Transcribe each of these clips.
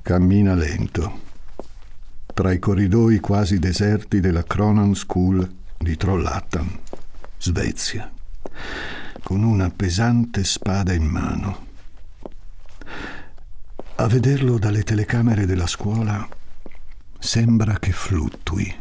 Cammina lento tra i corridoi quasi deserti della Cronan School di Trollhättan, Svezia, con una pesante spada in mano. A vederlo dalle telecamere della scuola sembra che fluttui.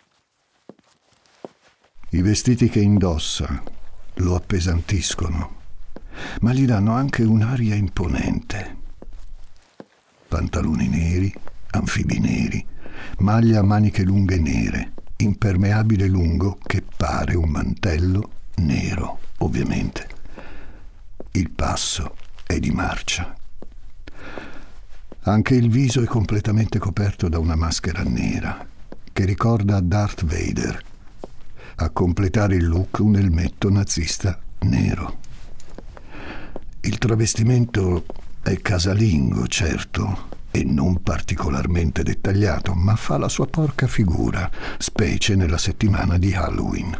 I vestiti che indossa lo appesantiscono, ma gli danno anche un'aria imponente. Pantaloni neri, anfibi neri, maglia a maniche lunghe nere, impermeabile lungo che pare un mantello nero, ovviamente. Il passo è di marcia. Anche il viso è completamente coperto da una maschera nera che ricorda Darth Vader. A completare il look un elmetto nazista nero. Il travestimento è casalingo, certo, e non particolarmente dettagliato, ma fa la sua porca figura, specie nella settimana di Halloween.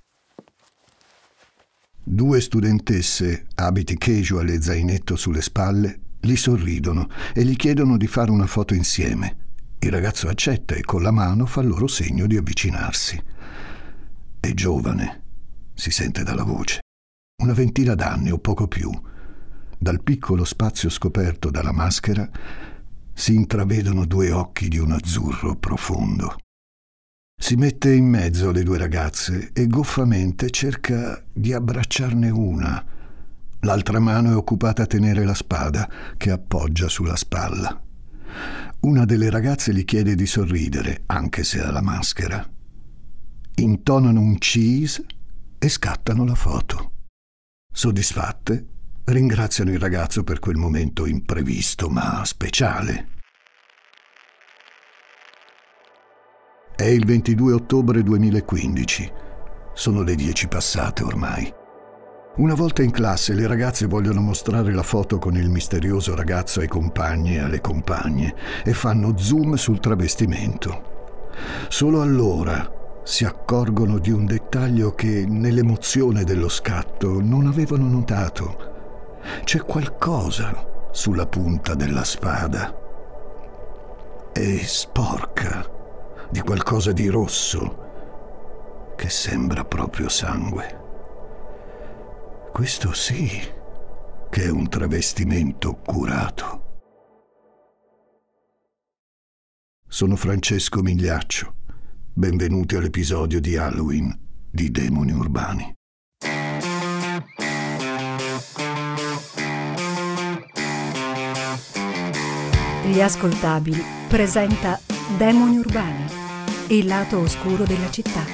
2 studentesse, abiti casual e zainetto sulle spalle, gli sorridono e gli chiedono di fare una foto insieme. Il ragazzo accetta e con la mano fa loro segno di avvicinarsi. È giovane, si sente dalla voce. Una ventina d'anni o poco più. Dal piccolo spazio scoperto dalla maschera si intravedono 2 occhi di un azzurro profondo. Si mette in mezzo alle 2 ragazze e goffamente cerca di abbracciarne una. L'altra mano è occupata a tenere la spada che appoggia sulla spalla. Una delle ragazze gli chiede di sorridere, anche se ha la maschera. Intonano un cheese e scattano la foto. Soddisfatte, ringraziano il ragazzo per quel momento imprevisto ma speciale. È il 22 ottobre 2015. Sono le 10 passate ormai. Una volta in classe le ragazze vogliono mostrare la foto con il misterioso ragazzo ai compagni e alle compagne e fanno zoom sul travestimento. Solo allora si accorgono di un dettaglio che nell'emozione dello scatto non avevano notato. C'è qualcosa sulla punta della spada. È sporca di qualcosa di rosso che sembra proprio sangue. Questo sì che è un travestimento curato. Sono Francesco Migliaccio. Benvenuti all'episodio di Halloween di Demoni Urbani. Gli Ascoltabili presenta Demoni Urbani, il lato oscuro della città.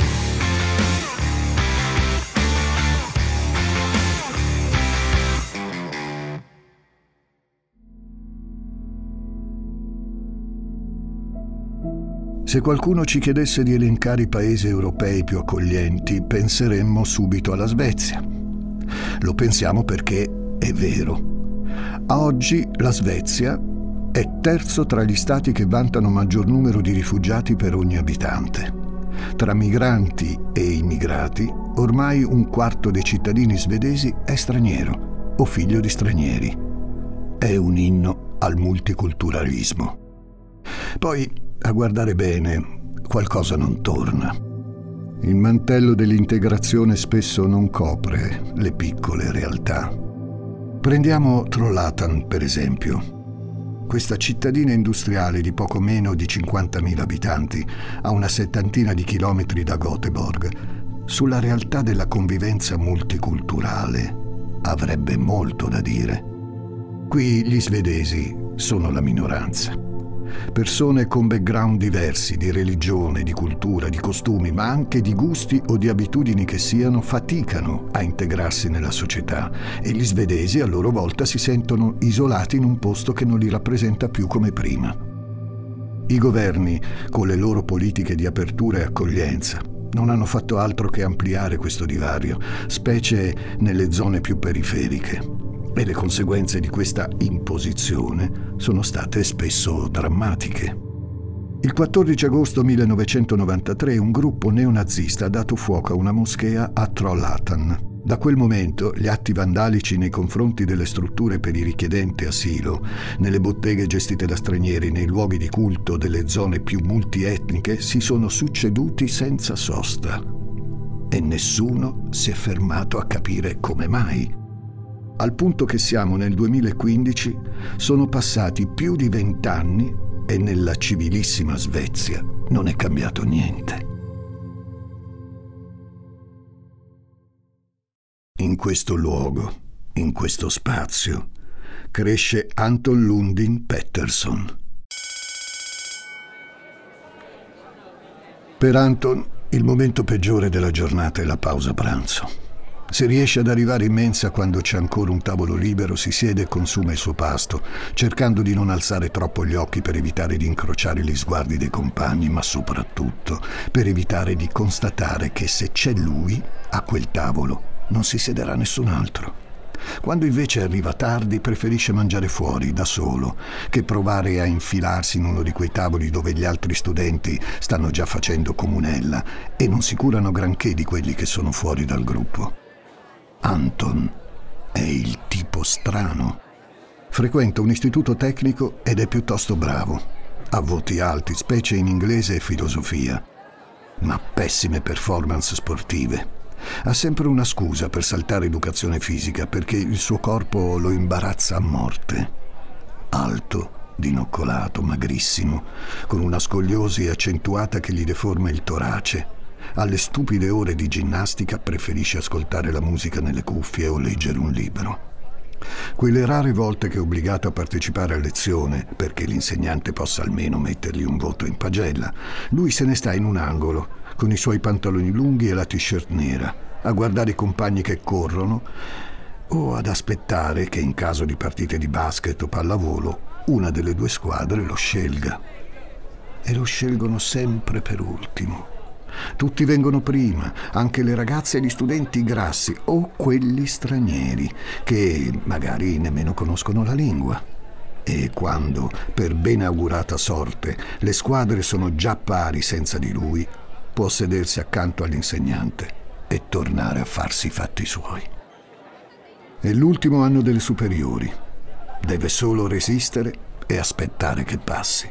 Se qualcuno ci chiedesse di elencare i paesi europei più accoglienti, penseremmo subito alla Svezia. Lo pensiamo perché è vero. A oggi la Svezia è terzo tra gli stati che vantano maggior numero di rifugiati per ogni abitante. Tra migranti e immigrati, ormai 1/4 dei cittadini svedesi è straniero o figlio di stranieri. È un inno al multiculturalismo. Poi, a guardare bene, qualcosa non torna. Il mantello dell'integrazione spesso non copre le piccole realtà. Prendiamo Trollhättan, per esempio. Questa cittadina industriale di poco meno di 50.000 abitanti, a una 70 di chilometri da Göteborg, sulla realtà della convivenza multiculturale avrebbe molto da dire. Qui gli svedesi sono la minoranza. Persone con background diversi, di religione, di cultura, di costumi, ma anche di gusti o di abitudini che siano, faticano a integrarsi nella società e gli svedesi a loro volta si sentono isolati in un posto che non li rappresenta più come prima. I governi, con le loro politiche di apertura e accoglienza, non hanno fatto altro che ampliare questo divario, specie nelle zone più periferiche. E le conseguenze di questa imposizione sono state spesso drammatiche. Il 14 agosto 1993 un gruppo neonazista ha dato fuoco a una moschea a Trollhättan, Da quel momento gli atti vandalici nei confronti delle strutture per i richiedenti asilo, nelle botteghe gestite da stranieri, nei luoghi di culto delle zone più multietniche si sono succeduti senza sosta. E nessuno si è fermato a capire come mai. Al punto che siamo nel 2015, sono passati più di 20 anni e nella civilissima Svezia non è cambiato niente. In questo luogo, in questo spazio, cresce Anton Lundin Pettersson. Per Anton, il momento peggiore della giornata è la pausa pranzo. Se riesce ad arrivare in mensa quando c'è ancora un tavolo libero, si siede e consuma il suo pasto, cercando di non alzare troppo gli occhi per evitare di incrociare gli sguardi dei compagni, ma soprattutto per evitare di constatare che se c'è lui a quel tavolo non si siederà nessun altro. Quando invece arriva tardi, preferisce mangiare fuori, da solo, che provare a infilarsi in uno di quei tavoli dove gli altri studenti stanno già facendo comunella e non si curano granché di quelli che sono fuori dal gruppo. Anton è il tipo strano. Frequenta un istituto tecnico ed è piuttosto bravo. Ha voti alti, specie in inglese e filosofia, ma pessime performance sportive. Ha sempre una scusa per saltare educazione fisica, perché il suo corpo lo imbarazza a morte. Alto, dinoccolato, magrissimo, con una scoliosi accentuata che gli deforma il torace. Alle stupide ore di ginnastica preferisce ascoltare la musica nelle cuffie o leggere un libro. Quelle rare volte che è obbligato a partecipare a lezione, perché l'insegnante possa almeno mettergli un voto in pagella, lui se ne sta in un angolo, con i suoi pantaloni lunghi e la t-shirt nera, a guardare i compagni che corrono o ad aspettare che in caso di partite di basket o pallavolo una delle due squadre lo scelga. E lo scelgono sempre per ultimo. Tutti vengono prima, anche le ragazze e gli studenti grassi o quelli stranieri che magari nemmeno conoscono la lingua. E quando, per benaugurata sorte, le squadre sono già pari senza di lui, può sedersi accanto all'insegnante e tornare a farsi i fatti suoi. È l'ultimo anno delle superiori. Deve solo resistere e aspettare che passi.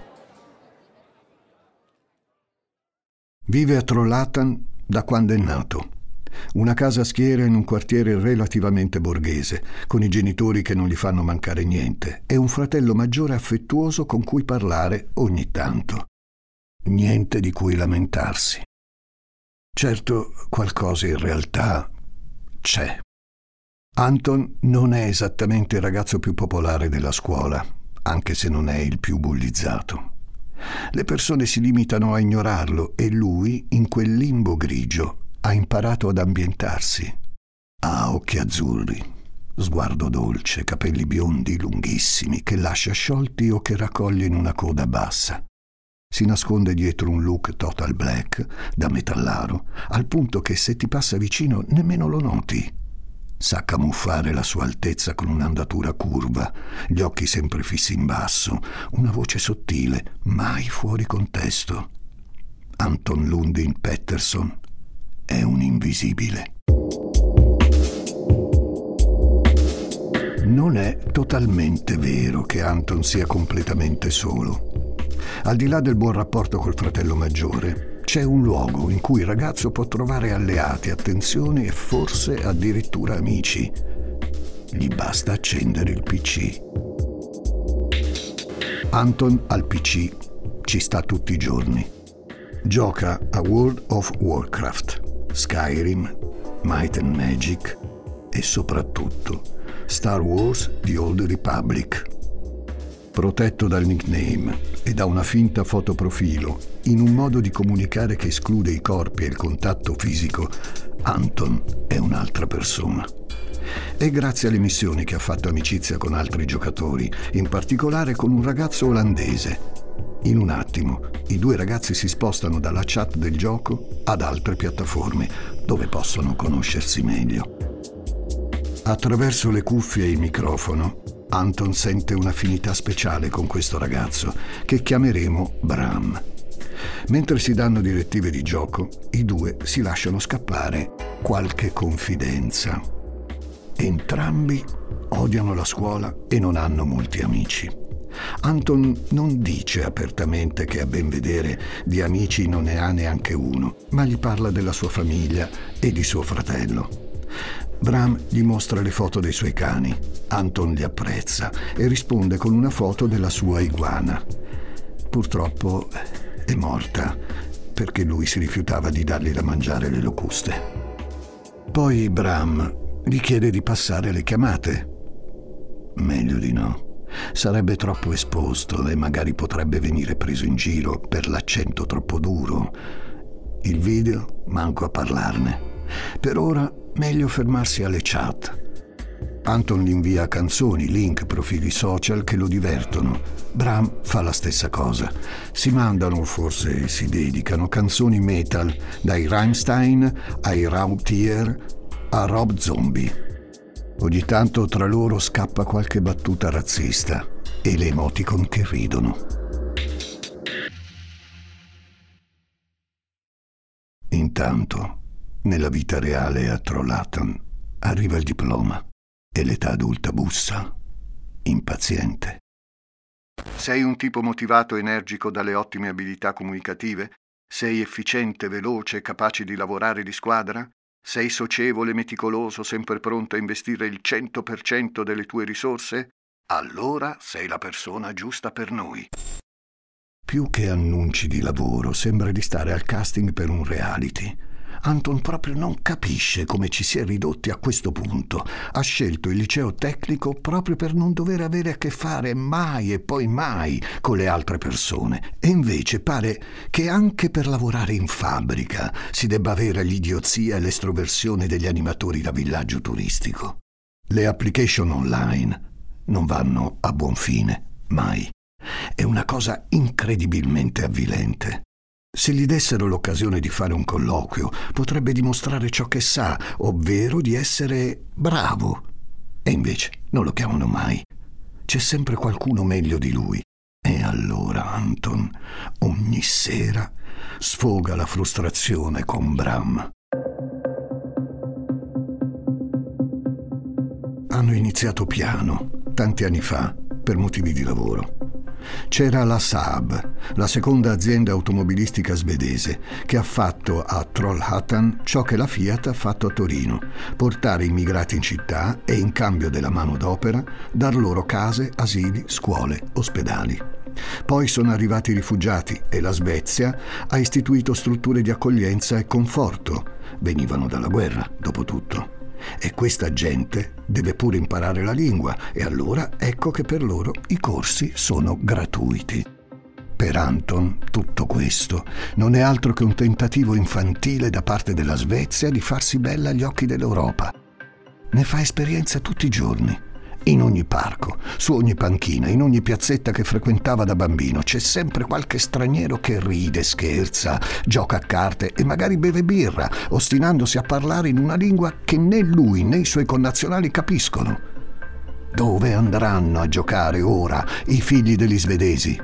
Vive a Trollhättan da quando è nato. Una casa a schiera in un quartiere relativamente borghese, con i genitori che non gli fanno mancare niente, e un fratello maggiore affettuoso con cui parlare ogni tanto. Niente di cui lamentarsi. Certo, qualcosa in realtà c'è. Anton non è esattamente il ragazzo più popolare della scuola, anche se non è il più bullizzato. Le persone si limitano a ignorarlo e lui, in quel limbo grigio, ha imparato ad ambientarsi. Ha occhi azzurri, sguardo dolce, capelli biondi lunghissimi che lascia sciolti o che raccoglie in una coda bassa. Si nasconde dietro un look total black, da metallaro, al punto che se ti passa vicino nemmeno lo noti. Sa camuffare la sua altezza con un'andatura curva, gli occhi sempre fissi in basso, una voce sottile, mai fuori contesto. Anton Lundin Pettersson è un invisibile. Non è totalmente vero che Anton sia completamente solo. Al di là del buon rapporto col fratello maggiore, c'è un luogo in cui il ragazzo può trovare alleati, attenzioni e forse addirittura amici. Gli basta accendere il PC. Anton al PC ci sta tutti i giorni. Gioca a World of Warcraft, Skyrim, Might and Magic e soprattutto Star Wars The Old Republic. Protetto dal nickname e da una finta fotoprofilo, in un modo di comunicare che esclude i corpi e il contatto fisico, Anton è un'altra persona. È grazie alle missioni che ha fatto amicizia con altri giocatori, in particolare con un ragazzo olandese. In un attimo, i due ragazzi si spostano dalla chat del gioco ad altre piattaforme, dove possono conoscersi meglio. Attraverso le cuffie e il microfono, Anton sente un'affinità speciale con questo ragazzo, che chiameremo Bram. Mentre si danno direttive di gioco, i due si lasciano scappare qualche confidenza. Entrambi odiano la scuola e non hanno molti amici. Anton non dice apertamente che a ben vedere di amici non ne ha neanche uno, ma gli parla della sua famiglia e di suo fratello. Bram gli mostra le foto dei suoi cani. Anton li apprezza e risponde con una foto della sua iguana. Purtroppo è morta perché lui si rifiutava di dargli da mangiare le locuste. Poi Bram gli chiede di passare le chiamate. Meglio di no. Sarebbe troppo esposto e magari potrebbe venire preso in giro per l'accento troppo duro. Il video, manco a parlarne. Per ora, meglio fermarsi alle chat. Anton gli invia canzoni, link, profili social che lo divertono. Bram fa la stessa cosa. Si mandano, forse si dedicano, canzoni metal, dai Rammstein ai Rammtier a Rob Zombie. Ogni tanto tra loro scappa qualche battuta razzista e le emoticon che ridono. Intanto, nella vita reale a Trollhättan arriva il diploma e l'età adulta bussa, impaziente. Sei un tipo motivato, energico, dalle ottime abilità comunicative? Sei efficiente, veloce, capace di lavorare di squadra? Sei socievole, meticoloso, sempre pronto a investire il 100% delle tue risorse? Allora sei la persona giusta per noi. Più che annunci di lavoro, sembra di stare al casting per un reality. Anton proprio non capisce come ci si è ridotti a questo punto. Ha scelto il liceo tecnico proprio per non dover avere a che fare mai e poi mai con le altre persone. E invece pare che anche per lavorare in fabbrica si debba avere l'idiozia e l'estroversione degli animatori da villaggio turistico. Le application online non vanno a buon fine, mai. È una cosa incredibilmente avvilente. Se gli dessero l'occasione di fare un colloquio, potrebbe dimostrare ciò che sa, ovvero di essere bravo. E invece non lo chiamano mai. C'è sempre qualcuno meglio di lui. E allora Anton, ogni sera, sfoga la frustrazione con Bram. Hanno iniziato piano, tanti anni fa, per motivi di lavoro. C'era la Saab, la seconda azienda automobilistica svedese, che ha fatto a Trollhättan ciò che la Fiat ha fatto a Torino: portare immigrati in città e, in cambio della manodopera, dar loro case, asili, scuole, ospedali. Poi sono arrivati i rifugiati e la Svezia ha istituito strutture di accoglienza e conforto. Venivano dalla guerra, dopo tutto. E questa gente deve pure imparare la lingua, e allora ecco che per loro i corsi sono gratuiti. Per Anton tutto questo non è altro che un tentativo infantile da parte della Svezia di farsi bella agli occhi dell'Europa. Ne fa esperienza tutti i giorni. In ogni parco, su ogni panchina, in ogni piazzetta che frequentava da bambino, c'è sempre qualche straniero che ride, scherza, gioca a carte e magari beve birra, ostinandosi a parlare in una lingua che né lui né i suoi connazionali capiscono. Dove andranno a giocare ora i figli degli svedesi?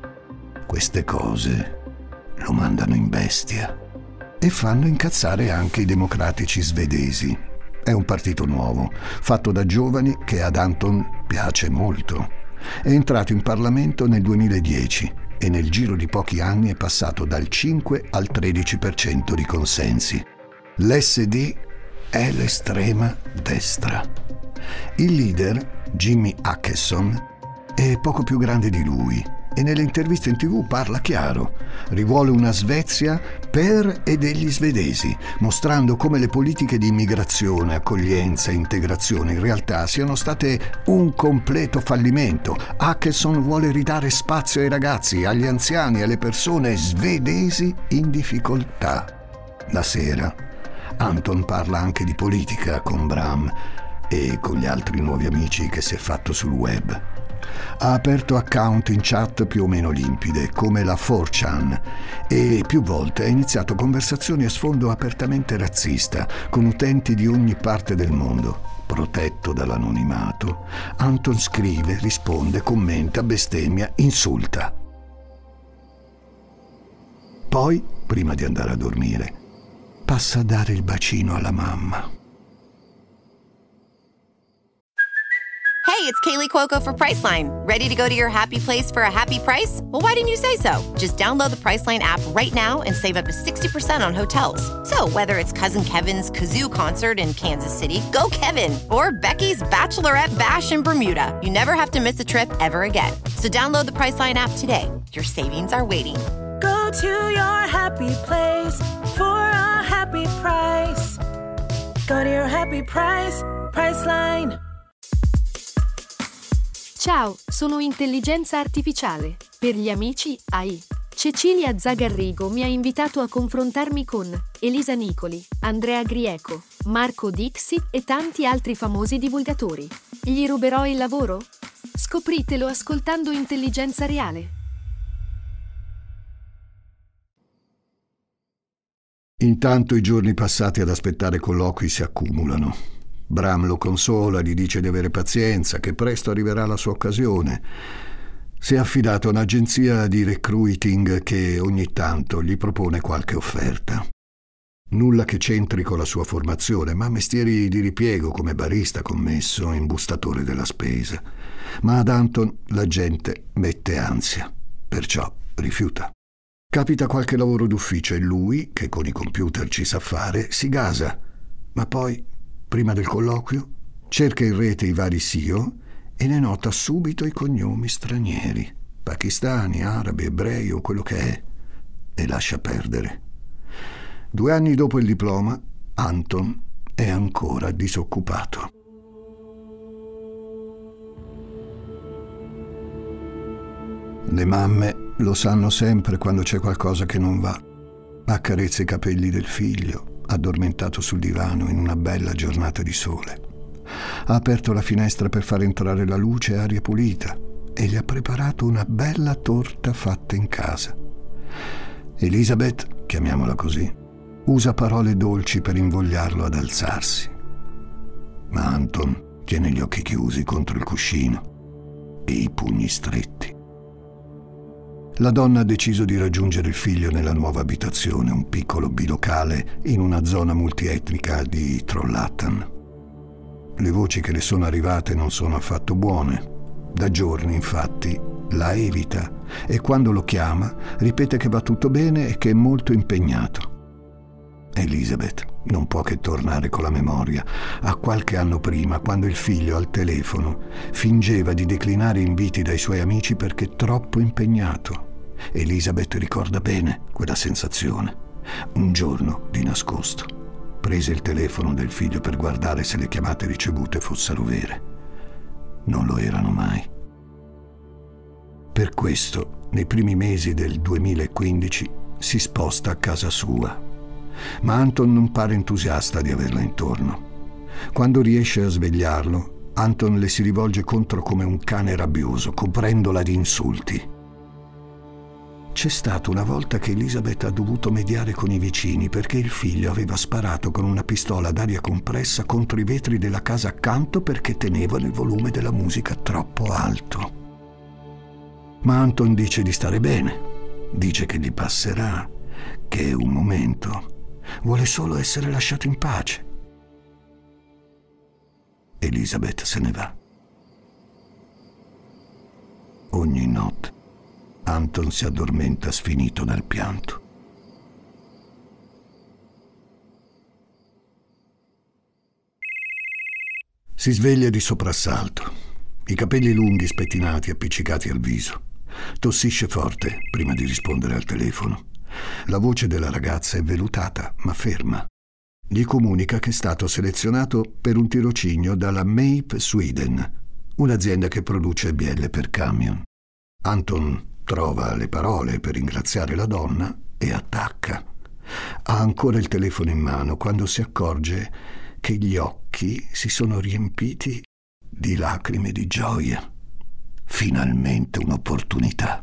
Queste cose lo mandano in bestia e fanno incazzare anche i democratici svedesi. È un partito nuovo, fatto da giovani, che ad Anton piace molto. È entrato in Parlamento nel 2010 e nel giro di pochi anni è passato dal 5 al 13% di consensi. L'SD è l'estrema destra. Il leader, Jimmy Åkesson, è poco più grande di lui e nelle interviste in TV parla chiaro. Rivuole una Svezia per e degli svedesi, mostrando come le politiche di immigrazione, accoglienza e integrazione in realtà siano state un completo fallimento. Åkesson vuole ridare spazio ai ragazzi, agli anziani, alle persone svedesi in difficoltà. La sera Anton parla anche di politica con Bram e con gli altri nuovi amici che si è fatto sul web. Ha aperto account in chat più o meno limpide, come la 4chan, e più volte ha iniziato conversazioni a sfondo apertamente razzista con utenti di ogni parte del mondo. Protetto dall'anonimato, Anton scrive, risponde, commenta, bestemmia, insulta. Poi, prima di andare a dormire, passa a dare il bacino alla mamma. Hey, it's Kaylee Cuoco for Priceline. Ready to go to your happy place for a happy price? Well, why didn't you say so? Just download the Priceline app right now and save up to 60% on hotels. So whether it's Cousin Kevin's Kazoo Concert in Kansas City, go Kevin, or Becky's Bachelorette Bash in Bermuda, you never have to miss a trip ever again. So download the Priceline app today. Your savings are waiting. Go to your happy place for a happy price. Go to your happy price, Priceline. Ciao, sono Intelligenza Artificiale. Per gli amici, AI. Cecilia Zagarrigo mi ha invitato a confrontarmi con Elisa Nicoli, Andrea Grieco, Marco Dixit e tanti altri famosi divulgatori. Gli ruberò il lavoro? Scopritelo ascoltando Intelligenza Reale. Intanto i giorni passati ad aspettare colloqui si accumulano. Bram lo consola, gli dice di avere pazienza, che presto arriverà la sua occasione. Si è affidato a un'agenzia di recruiting che ogni tanto gli propone qualche offerta. Nulla che c'entri con la sua formazione, ma mestieri di ripiego come barista, commesso, imbustatore della spesa. Ma ad Anton la gente mette ansia, perciò rifiuta. Capita qualche lavoro d'ufficio e lui, che con i computer ci sa fare, si gasa, ma poi, prima del colloquio, cerca in rete i vari CEO e ne nota subito i cognomi stranieri, pakistani, arabi, ebrei o quello che è, e lascia perdere. 2 anni dopo il diploma, Anton è ancora disoccupato. Le mamme lo sanno sempre quando c'è qualcosa che non va. Accarezza i capelli del figlio, addormentato sul divano in una bella giornata di sole. Ha aperto la finestra per far entrare la luce e aria pulita e gli ha preparato una bella torta fatta in casa. Elizabeth, chiamiamola così, usa parole dolci per invogliarlo ad alzarsi. Ma Anton tiene gli occhi chiusi contro il cuscino e i pugni stretti. La donna ha deciso di raggiungere il figlio nella nuova abitazione, un piccolo bilocale in una zona multietnica di Trollhättan. Le voci che le sono arrivate non sono affatto buone. Da giorni, infatti, la evita e quando lo chiama ripete che va tutto bene e che è molto impegnato. Elizabeth non può che tornare con la memoria a qualche anno prima, quando il figlio al telefono fingeva di declinare inviti dai suoi amici perché troppo impegnato. Elizabeth ricorda bene quella sensazione. Un giorno, di nascosto, prese il telefono del figlio per guardare se le chiamate ricevute fossero vere. Non lo erano mai. Per questo, nei primi mesi del 2015, si sposta a casa sua. Ma Anton non pare entusiasta di averla intorno. Quando riesce a svegliarlo, Anton le si rivolge contro come un cane rabbioso, coprendola di insulti. C'è stata una volta che Elizabeth ha dovuto mediare con i vicini perché il figlio aveva sparato con una pistola ad aria compressa contro i vetri della casa accanto perché tenevano il volume della musica troppo alto. Ma Anton dice di stare bene, dice che gli passerà, che è un momento, vuole solo essere lasciato in pace. Elizabeth se ne va. Ogni notte Anton si addormenta sfinito dal pianto. Si sveglia di soprassalto, i capelli lunghi spettinati appiccicati al viso. Tossisce forte prima di rispondere al telefono. La voce della ragazza è vellutata ma ferma. Gli comunica che è stato selezionato per un tirocinio dalla Mape Sweden, un'azienda che produce bielle per camion. Anton trova le parole per ringraziare la donna e attacca. Ha ancora il telefono in mano quando si accorge che gli occhi si sono riempiti di lacrime di gioia. Finalmente un'opportunità.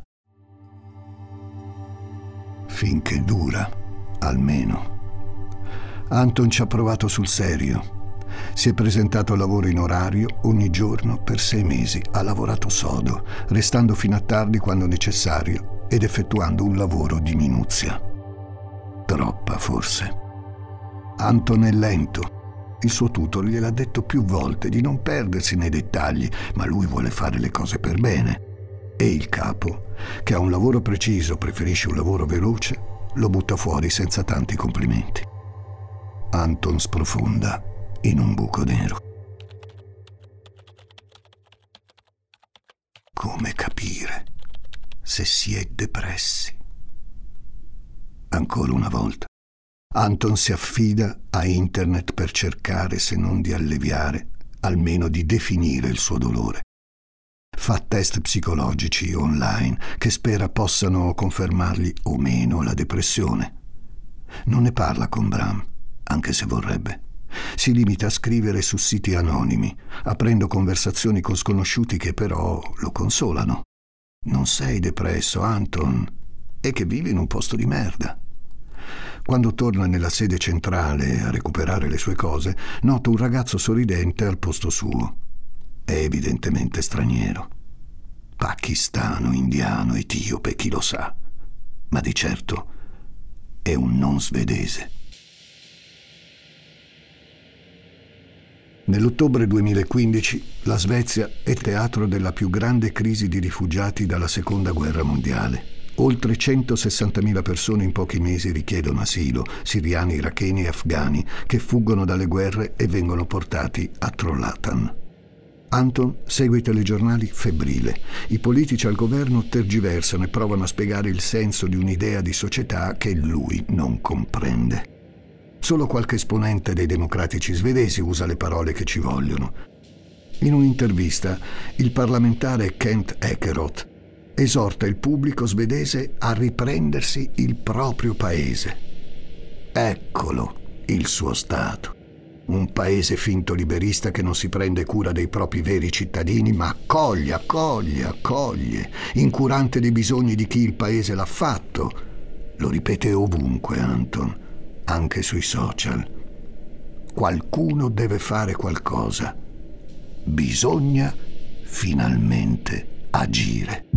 Finché dura, almeno. Anton ci ha provato sul serio. Si è presentato al lavoro in orario ogni giorno per 6 mesi, ha lavorato sodo, restando fino a tardi quando necessario ed effettuando un lavoro di minuzia. Troppa, forse. Anton è lento. Il suo tutor gliel'ha detto più volte di non perdersi nei dettagli, ma lui vuole fare le cose per bene. E il capo, che ha un lavoro preciso, preferisce un lavoro veloce, lo butta fuori senza tanti complimenti. Anton sprofonda in un buco nero. Come capire se si è depressi? Ancora una volta, Anton si affida a internet per cercare, se non di alleviare, almeno di definire il suo dolore. Fa test psicologici online che spera possano confermargli o meno la depressione. Non ne parla con Bram, anche se vorrebbe. Si limita a scrivere su siti anonimi, aprendo conversazioni con sconosciuti che però lo consolano. Non sei depresso, Anton, è che vivi in un posto di merda. Quando torna nella sede centrale a recuperare le sue cose, nota un ragazzo sorridente al posto suo. È evidentemente straniero. Pakistano, indiano, etiope, chi lo sa. Ma di certo è un non svedese. Nell'ottobre 2015 la Svezia è teatro della più grande crisi di rifugiati dalla Seconda Guerra Mondiale. Oltre 160.000 persone in pochi mesi richiedono asilo, siriani, iracheni e afghani, che fuggono dalle guerre e vengono portati a Trollhättan. Anton segue i telegiornali febbrile. I politici al governo tergiversano e provano a spiegare il senso di un'idea di società che lui non comprende. Solo qualche esponente dei democratici svedesi usa le parole che ci vogliono. In un'intervista, il parlamentare Kent Ekeroth esorta il pubblico svedese a riprendersi il proprio paese. Eccolo, il suo Stato. Un paese finto liberista che non si prende cura dei propri veri cittadini, ma accoglie, incurante dei bisogni di chi il paese l'ha fatto. Lo ripete ovunque, Anton, anche sui social. Qualcuno deve fare qualcosa. Bisogna finalmente agire.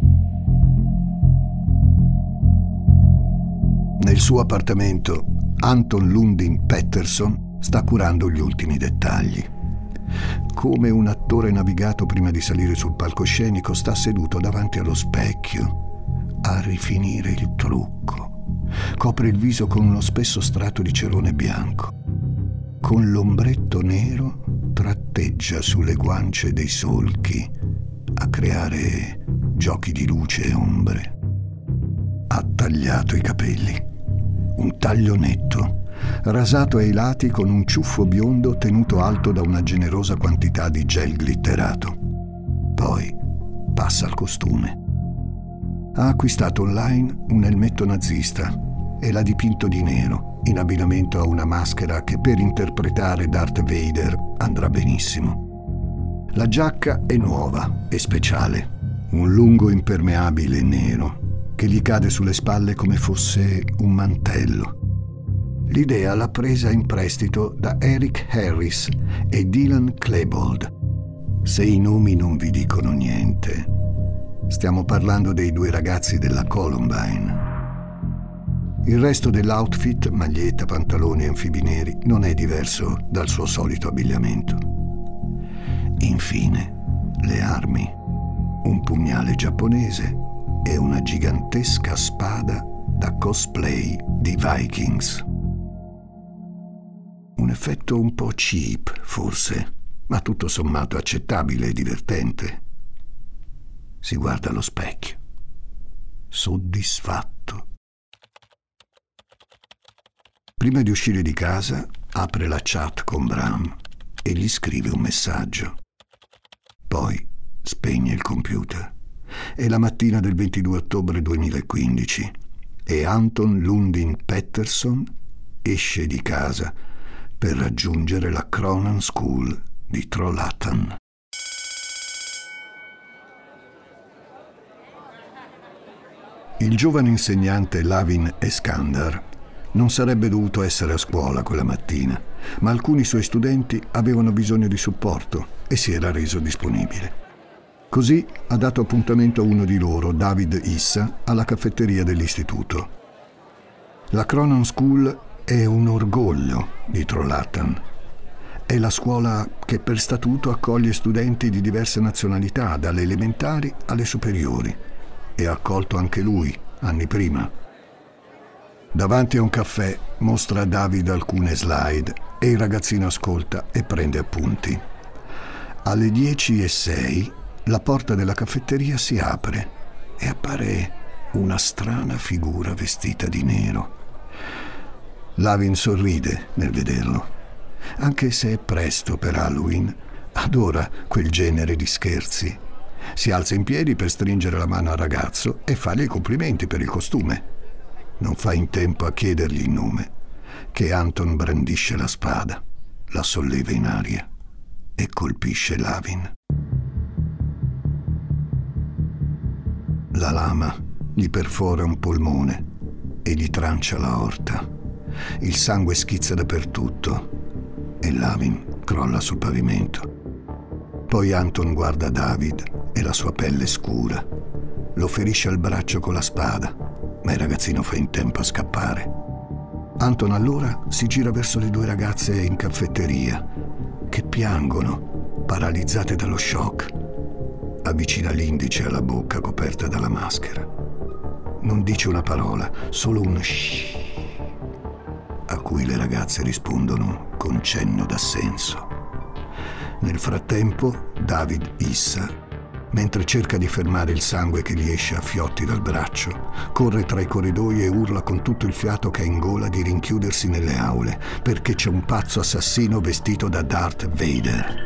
Nel suo appartamento, Anton Lundin Pettersson sta curando gli ultimi dettagli. Come un attore navigato prima di salire sul palcoscenico, sta seduto davanti allo specchio a rifinire il trucco. Copre il viso con uno spesso strato di cerone bianco. Con l'ombretto nero tratteggia sulle guance dei solchi a creare giochi di luce e ombre. Ha tagliato i capelli. Un taglio netto, rasato ai lati con un ciuffo biondo tenuto alto da una generosa quantità di gel glitterato. Poi passa al costume. Ha acquistato online un elmetto nazista e l'ha dipinto di nero, in abbinamento a una maschera che per interpretare Darth Vader andrà benissimo. La giacca è nuova e speciale, un lungo impermeabile nero che gli cade sulle spalle come fosse un mantello. L'idea l'ha presa in prestito da Eric Harris e Dylan Klebold. Se i nomi non vi dicono niente, stiamo parlando dei due ragazzi della Columbine. Il resto dell'outfit, maglietta, pantaloni e anfibi neri, non è diverso dal suo solito abbigliamento. Infine, le armi, un pugnale giapponese e una gigantesca spada da cosplay di Vikings. Un effetto un po' cheap, forse, ma tutto sommato accettabile e divertente. Si guarda allo specchio, soddisfatto. Prima di uscire di casa, apre la chat con Bram e gli scrive un messaggio. Poi spegne il computer. È la mattina del 22 ottobre 2015 e Anton Lundin Pettersson esce di casa per raggiungere la Cronan School di Trollhättan. Il giovane insegnante Lavin Eskandar non sarebbe dovuto essere a scuola quella mattina, ma alcuni suoi studenti avevano bisogno di supporto e si era reso disponibile. Così ha dato appuntamento a uno di loro, David Issa, alla caffetteria dell'istituto. La Cronan School È un orgoglio di Trollhättan. È la scuola che per statuto accoglie studenti di diverse nazionalità, dalle elementari alle superiori, e ha accolto anche lui anni prima. Davanti a un caffè mostra a David alcune slide e il ragazzino ascolta e prende appunti. Alle 10:06 la porta della caffetteria si apre e appare una strana figura vestita di nero. Lavin sorride nel vederlo. Anche se è presto per Halloween, adora quel genere di scherzi. Si alza in piedi per stringere la mano al ragazzo e fargli i complimenti per il costume. Non fa in tempo a chiedergli il nome, che Anton brandisce la spada, la solleva in aria e colpisce Lavin. La lama gli perfora un polmone e gli trancia l'aorta. Il sangue schizza dappertutto e Lavin crolla sul pavimento. Poi Anton guarda David e la sua pelle scura. Lo ferisce al braccio con la spada, ma il ragazzino fa in tempo a scappare. Anton allora si gira verso le due ragazze in caffetteria, che piangono, paralizzate dallo shock. Avvicina l'indice alla bocca coperta dalla maschera. Non dice una parola, solo un shh, a cui le ragazze rispondono con cenno d'assenso. Nel frattempo David issa, mentre cerca di fermare il sangue che gli esce a fiotti dal braccio, corre tra i corridoi e urla con tutto il fiato che ha in gola di rinchiudersi nelle aule, perché c'è un pazzo assassino vestito da Darth Vader.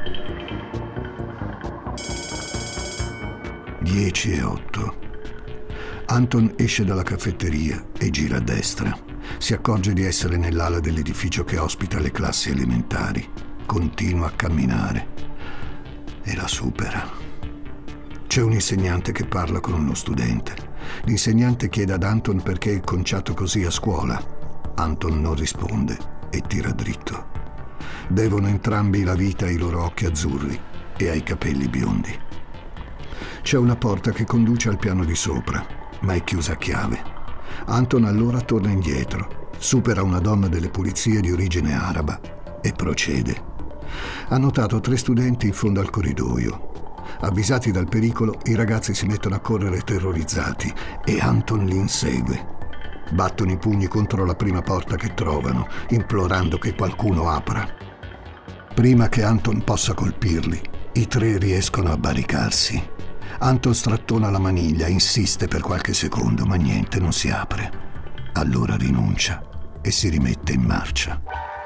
10:08. Anton esce dalla caffetteria e gira a destra. Si accorge di essere nell'ala dell'edificio che ospita le classi elementari. Continua a camminare e la supera. C'è un insegnante che parla con uno studente. L'insegnante chiede ad Anton perché è conciato così a scuola. Anton non risponde e tira dritto. Devono entrambi la vita ai loro occhi azzurri e ai capelli biondi. C'è una porta che conduce al piano di sopra, ma è chiusa a chiave. Anton allora torna indietro, supera una donna delle pulizie di origine araba e procede. Ha notato 3 studenti in fondo al corridoio. Avvisati dal pericolo, i ragazzi si mettono a correre terrorizzati e Anton li insegue. Battono i pugni contro la prima porta che trovano, implorando che qualcuno apra. Prima che Anton possa colpirli, i 3 riescono a barricarsi. Anton strattona la maniglia, insiste per qualche secondo, ma niente, non si apre. Allora rinuncia e si rimette in marcia.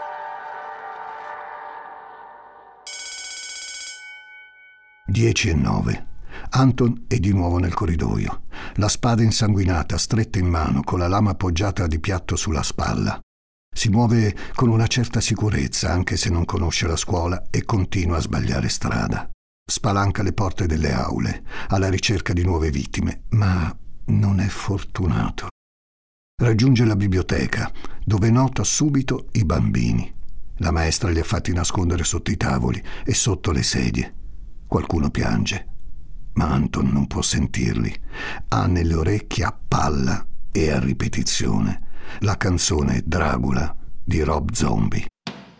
(10:09). Anton è di nuovo nel corridoio, la spada insanguinata stretta in mano con la lama appoggiata di piatto sulla spalla. Si muove con una certa sicurezza, anche se non conosce la scuola, e continua a sbagliare strada. Spalanca le porte delle aule, alla ricerca di nuove vittime, ma non è fortunato. Raggiunge la biblioteca, dove nota subito i bambini. La maestra li ha fatti nascondere sotto i tavoli e sotto le sedie. Qualcuno piange, ma Anton non può sentirli. Ha nelle orecchie a palla e a ripetizione la canzone Dracula di Rob Zombie.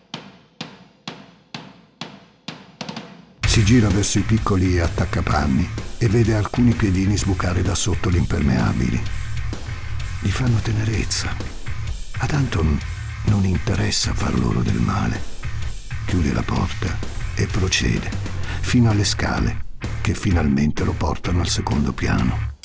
Si gira verso i piccoli attaccapanni e vede alcuni piedini sbucare da sotto gli impermeabili. Gli fanno tenerezza. Ad Anton non interessa far loro del male. Chiude la porta e procede fino alle scale che finalmente lo portano al secondo piano.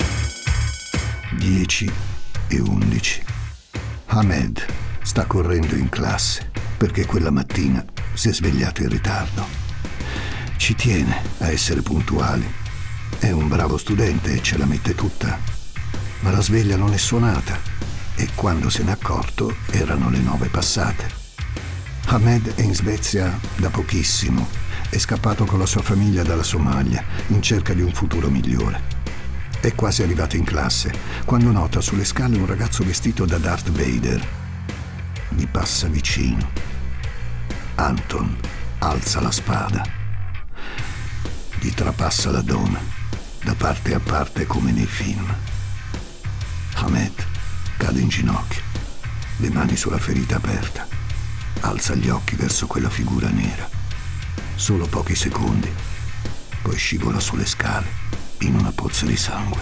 10:11. Ahmed sta correndo in classe perché quella mattina si è svegliato in ritardo. Ci tiene a essere puntuali. È un bravo studente e ce la mette tutta. Ma la sveglia non è suonata e quando se n'è accorto erano le 9 passate. Ahmed è in Svezia da pochissimo. È scappato con la sua famiglia dalla Somalia in cerca di un futuro migliore. È quasi arrivato in classe quando nota sulle scale un ragazzo vestito da Darth Vader. Gli passa vicino. Anton alza la spada. Gli trapassa l'addome, da parte a parte come nei film. Ahmed cade in ginocchio le mani sulla ferita aperta. Alza gli occhi verso quella figura nera. Solo pochi secondi, poi scivola sulle scale in una pozza di sangue.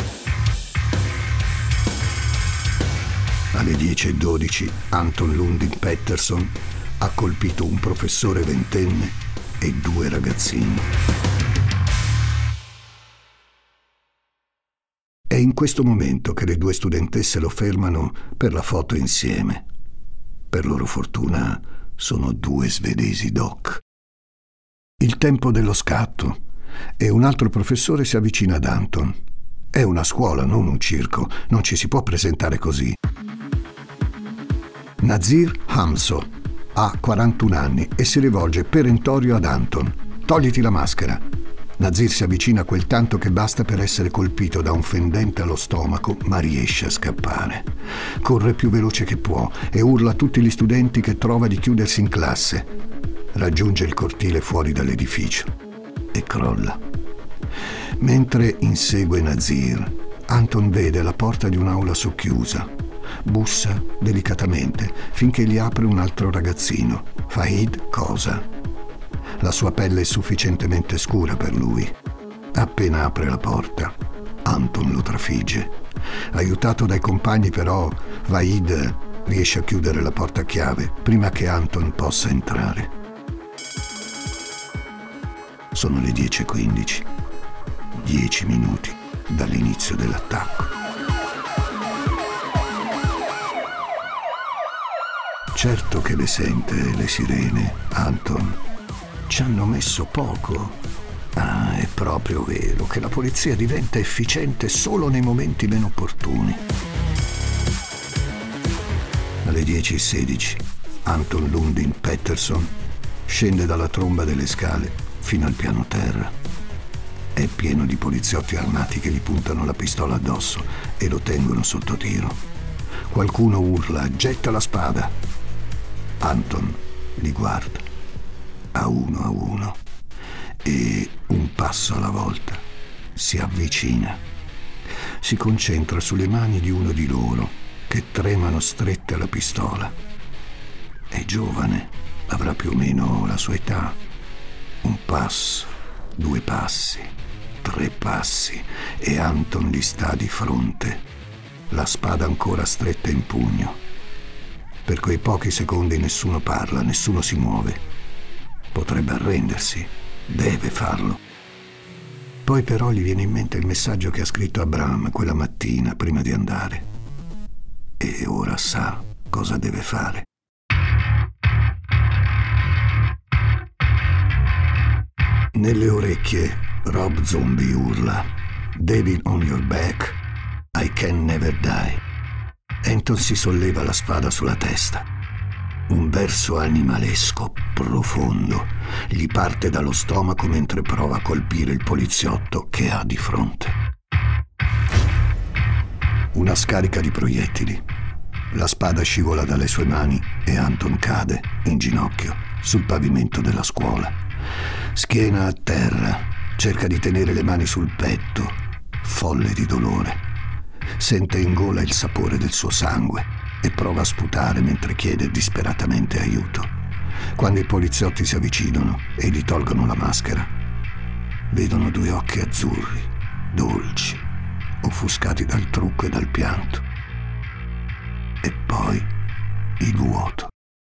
Alle 10:12 Anton Lundin Pettersson ha colpito un professore ventenne e 2 ragazzini. È in questo momento che le 2 studentesse lo fermano per la foto insieme. Per loro fortuna sono 2 svedesi doc. Il tempo dello scatto e un altro professore si avvicina ad Anton. È una scuola, non un circo, non ci si può presentare così. Nazir Hamso ha 41 anni e si rivolge perentorio ad Anton. Togliti la maschera. Nazir si avvicina quel tanto che basta per essere colpito da un fendente allo stomaco, ma riesce a scappare. Corre più veloce che può e urla a tutti gli studenti che trova di chiudersi in classe. Raggiunge il cortile fuori dall'edificio e crolla. Mentre insegue Nazir, Anton vede la porta di un'aula socchiusa. Bussa delicatamente finché gli apre un altro ragazzino, Fahid Kosa. La sua pelle è sufficientemente scura per lui. Appena apre la porta, Anton lo trafigge. Aiutato dai compagni però, Fahid riesce a chiudere la porta a chiave prima che Anton possa entrare. Sono le 10:15. 10 minuti dall'inizio dell'attacco. Certo che le sente le sirene, Anton. Ci hanno messo poco. Ah, è proprio vero che la polizia diventa efficiente solo nei momenti meno opportuni. Alle 10:16 Anton Lundin Pettersson scende dalla tromba delle scale fino al piano terra. È pieno di poliziotti armati che gli puntano la pistola addosso e lo tengono sotto tiro. Qualcuno urla: getta la spada. Anton li guarda a uno e un passo alla volta si avvicina. Si concentra sulle mani di uno di loro che tremano strette alla pistola. È giovane, avrà più o meno la sua età. Un passo, 2 passi, 3 passi e Anton gli sta di fronte, la spada ancora stretta in pugno. Per quei pochi secondi nessuno parla, nessuno si muove. Potrebbe arrendersi, deve farlo. Poi però gli viene in mente il messaggio che ha scritto a Bram quella mattina prima di andare. E ora sa cosa deve fare. Nelle orecchie Rob Zombie urla: Devil on your back, I can never die. Anton si solleva la spada sulla testa. Un verso animalesco, profondo, gli parte dallo stomaco mentre prova a colpire il poliziotto che ha di fronte. Una scarica di proiettili. La spada scivola dalle sue mani e Anton cade, in ginocchio, sul pavimento della scuola. Schiena a terra, cerca di tenere le mani sul petto, folle di dolore. Sente in gola il sapore del suo sangue e prova a sputare mentre chiede disperatamente aiuto. Quando i poliziotti si avvicinano e gli tolgono la maschera, vedono 2 occhi azzurri, dolci, offuscati dal trucco e dal pianto. E poi il vuoto.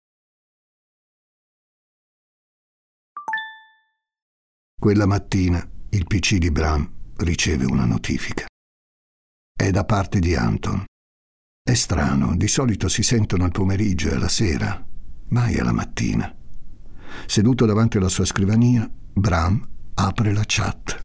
Quella mattina il PC di Bram riceve una notifica. È da parte di Anton. È strano, di solito si sentono al pomeriggio e alla sera, mai alla mattina. Seduto davanti alla sua scrivania, Bram apre la chat.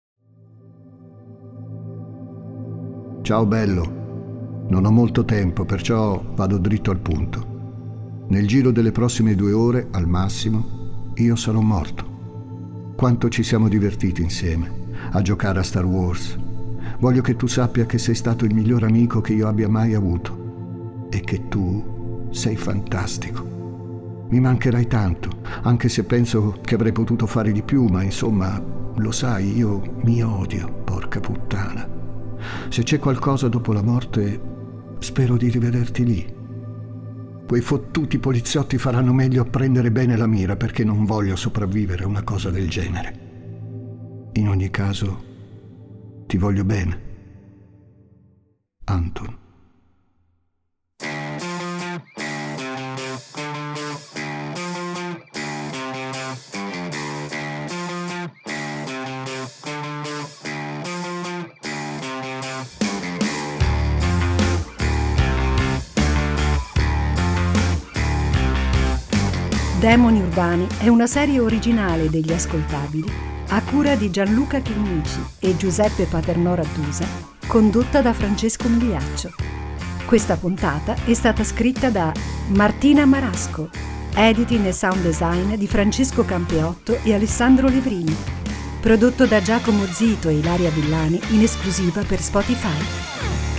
Ciao bello, non ho molto tempo, perciò vado dritto al punto. Nel giro delle prossime 2 ore, al massimo, io sarò morto. Quanto ci siamo divertiti insieme, a giocare a Star Wars. Voglio che tu sappia che sei stato il miglior amico che io abbia mai avuto. E che tu sei fantastico. Mi mancherai tanto, anche se penso che avrei potuto fare di più, ma insomma, lo sai, io mi odio, porca puttana. Se c'è qualcosa dopo la morte, spero di rivederti lì. Quei fottuti poliziotti faranno meglio a prendere bene la mira, perché non voglio sopravvivere a una cosa del genere. In ogni caso, ti voglio bene. Anton. Demoni Urbani è una serie originale degli Ascoltabili a cura di Gianluca Chinnici e Giuseppe Paternò Rattusa, condotta da Francesco Migliaccio. Questa puntata è stata scritta da Martina Marasco, editing e sound design di Francesco Campeotto e Alessandro Levrini, prodotto da Giacomo Zito e Ilaria Villani in esclusiva per Spotify.